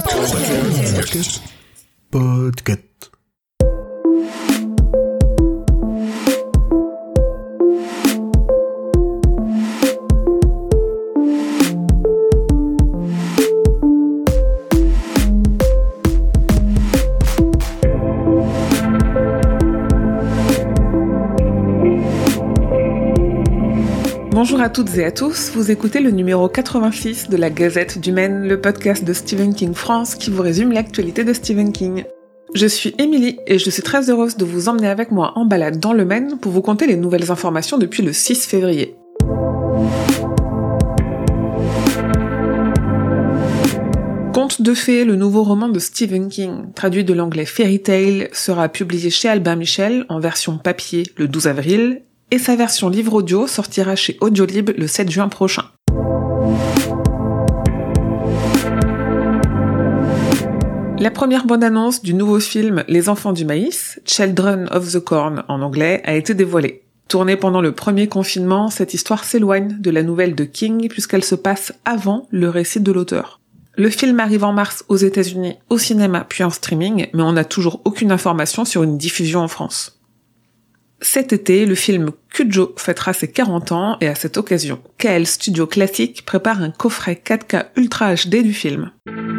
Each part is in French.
Podcast. Bonjour à toutes et à tous, vous écoutez le numéro 86 de la Gazette du Maine, le podcast de Stephen King France qui vous résume l'actualité de Stephen King. Je suis Émilie et je suis très heureuse de vous emmener avec moi en balade dans le Maine pour vous conter les nouvelles informations depuis le 6 février. Contes de fées, le nouveau roman de Stephen King, traduit de l'anglais Fairy Tale, sera publié chez Albin Michel en version papier le 12 avril, et sa version livre audio sortira chez Audiolib le 7 juin prochain. La première bande-annonce du nouveau film Les Enfants du Maïs, Children of the Corn en anglais, a été dévoilée. Tournée pendant le premier confinement, cette histoire s'éloigne de la nouvelle de King puisqu'elle se passe avant le récit de l'auteur. Le film arrive en mars aux États-Unis, au cinéma puis en streaming, mais on n'a toujours aucune information sur une diffusion en France. Cet été, le film Cujo fêtera ses 40 ans et à cette occasion, KL Studio Classic prépare un coffret 4K Ultra HD du film.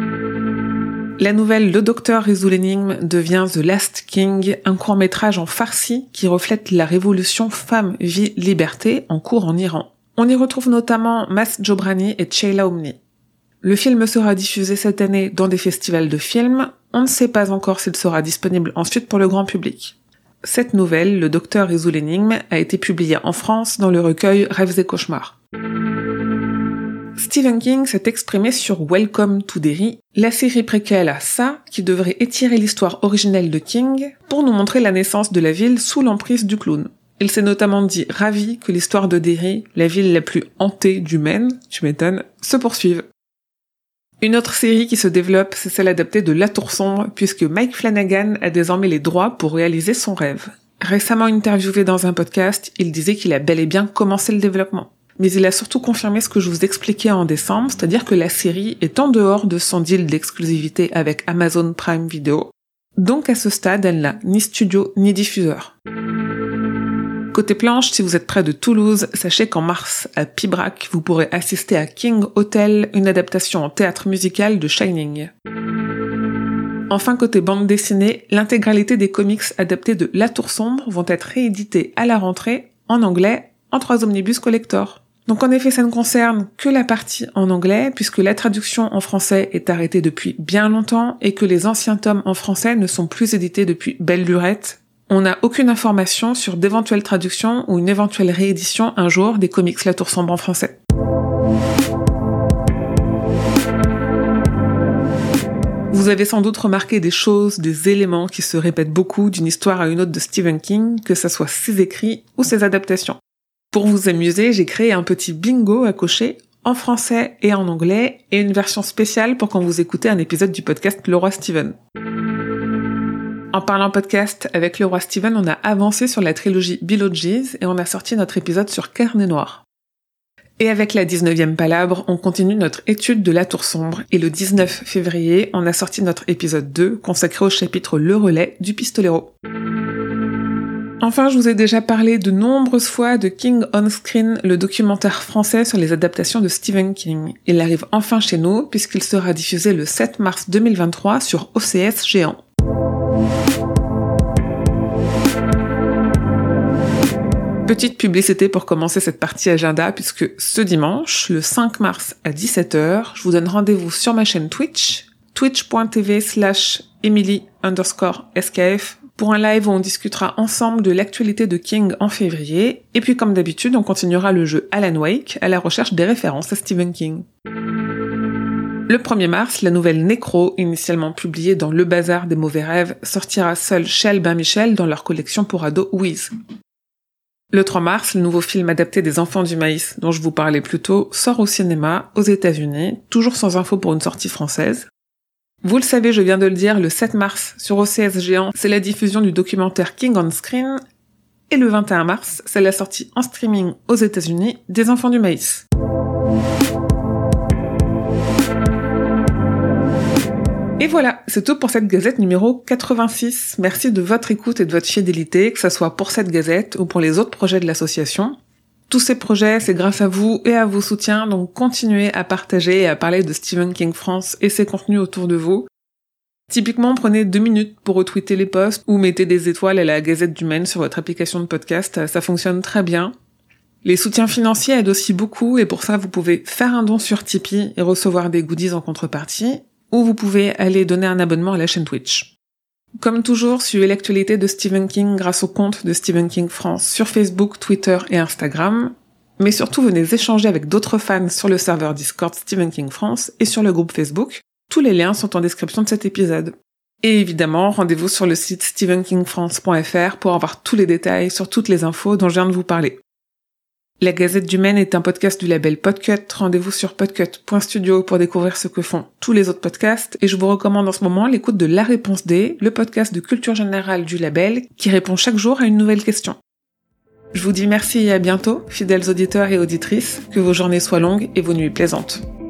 La nouvelle Le Docteur résout l'énigme devient The Last King, un court-métrage en farsi qui reflète la révolution femme-vie-liberté en cours en Iran. On y retrouve notamment Mas Jobrani et Sheila Omni. Le film sera diffusé cette année dans des festivals de films, on ne sait pas encore s'il sera disponible ensuite pour le grand public. Cette nouvelle, Le Docteur résout l'énigme, a été publiée en France dans le recueil Rêves et cauchemars. Stephen King s'est exprimé sur Welcome to Derry, la série préquelle à Ça, qui devrait étirer l'histoire originelle de King pour nous montrer la naissance de la ville sous l'emprise du clown. Il s'est notamment dit ravi que l'histoire de Derry, la ville la plus hantée du Maine, tu m'étonnes, se poursuive. Une autre série qui se développe, c'est celle adaptée de La Tour Sombre, puisque Mike Flanagan a désormais les droits pour réaliser son rêve. Récemment interviewé dans un podcast, il disait qu'il a bel et bien commencé le développement. Mais il a surtout confirmé ce que je vous expliquais en décembre, c'est-à-dire que la série est en dehors de son deal d'exclusivité avec Amazon Prime Video. Donc à ce stade, elle n'a ni studio ni diffuseur. Côté planche, si vous êtes près de Toulouse, sachez qu'en mars, à Pibrac, vous pourrez assister à King Hotel, une adaptation en théâtre musical de Shining. Enfin, côté bande dessinée, l'intégralité des comics adaptés de La Tour Sombre vont être réédités à la rentrée, en anglais, en 3 omnibus collector. Donc en effet, ça ne concerne que la partie en anglais, puisque la traduction en français est arrêtée depuis bien longtemps, et que les anciens tomes en français ne sont plus édités depuis belle lurette. On n'a aucune information sur d'éventuelles traductions ou une éventuelle réédition un jour des comics La Tour Sombre en français. Vous avez sans doute remarqué des choses, des éléments qui se répètent beaucoup d'une histoire à une autre de Stephen King, que ça soit ses écrits ou ses adaptations. Pour vous amuser, j'ai créé un petit bingo à cocher en français et en anglais, et une version spéciale pour quand vous écoutez un épisode du podcast Le Roi Steven. En parlant podcast, avec Le Roi Steven, on a avancé sur la trilogie Beetlejuice et on a sorti notre épisode sur Carnet Noir. Et avec la 19e palabre, on continue notre étude de La Tour Sombre et le 19 février, on a sorti notre épisode 2 consacré au chapitre Le Relais du Pistolero. Enfin, je vous ai déjà parlé de nombreuses fois de King on Screen, le documentaire français sur les adaptations de Stephen King. Il arrive enfin chez nous puisqu'il sera diffusé le 7 mars 2023 sur OCS Géant. Petite publicité pour commencer cette partie agenda, puisque ce dimanche, le 5 mars à 17h, je vous donne rendez-vous sur ma chaîne Twitch, twitch.tv/Emily_SKF, pour un live où on discutera ensemble de l'actualité de King en février, et puis comme d'habitude, on continuera le jeu Alan Wake à la recherche des références à Stephen King. Le 1er mars, la nouvelle Nécro, initialement publiée dans Le Bazar des Mauvais Rêves, sortira seule chez Albin Michel dans leur collection pour ados Wiz. Le 3 mars, le nouveau film adapté des Enfants du Maïs, dont je vous parlais plus tôt, sort au cinéma, aux États-Unis, toujours sans info pour une sortie française. Vous le savez, je viens de le dire, le 7 mars, sur OCS Géant, c'est la diffusion du documentaire King on Screen, et le 21 mars, c'est la sortie en streaming aux États-Unis des Enfants du Maïs. Et voilà, c'est tout pour cette gazette numéro 86. Merci de votre écoute et de votre fidélité, que ce soit pour cette gazette ou pour les autres projets de l'association. Tous ces projets, c'est grâce à vous et à vos soutiens, donc continuez à partager et à parler de Stephen King France et ses contenus autour de vous. Typiquement, prenez 2 minutes pour retweeter les posts ou mettez des étoiles à la Gazette du Maine sur votre application de podcast, ça fonctionne très bien. Les soutiens financiers aident aussi beaucoup et pour ça, vous pouvez faire un don sur Tipeee et recevoir des goodies en contrepartie, ou vous pouvez aller donner un abonnement à la chaîne Twitch. Comme toujours, suivez l'actualité de Stephen King grâce au compte de Stephen King France sur Facebook, Twitter et Instagram, mais surtout venez échanger avec d'autres fans sur le serveur Discord Stephen King France et sur le groupe Facebook. Tous les liens sont en description de cet épisode. Et évidemment, rendez-vous sur le site stephenkingfrance.fr pour avoir tous les détails sur toutes les infos dont je viens de vous parler. La Gazette du Maine est un podcast du label Podcut. Rendez-vous sur podcut.studio pour découvrir ce que font tous les autres podcasts. Et je vous recommande en ce moment l'écoute de La Réponse D, le podcast de culture générale du label, qui répond chaque jour à une nouvelle question. Je vous dis merci et à bientôt, fidèles auditeurs et auditrices, que vos journées soient longues et vos nuits plaisantes.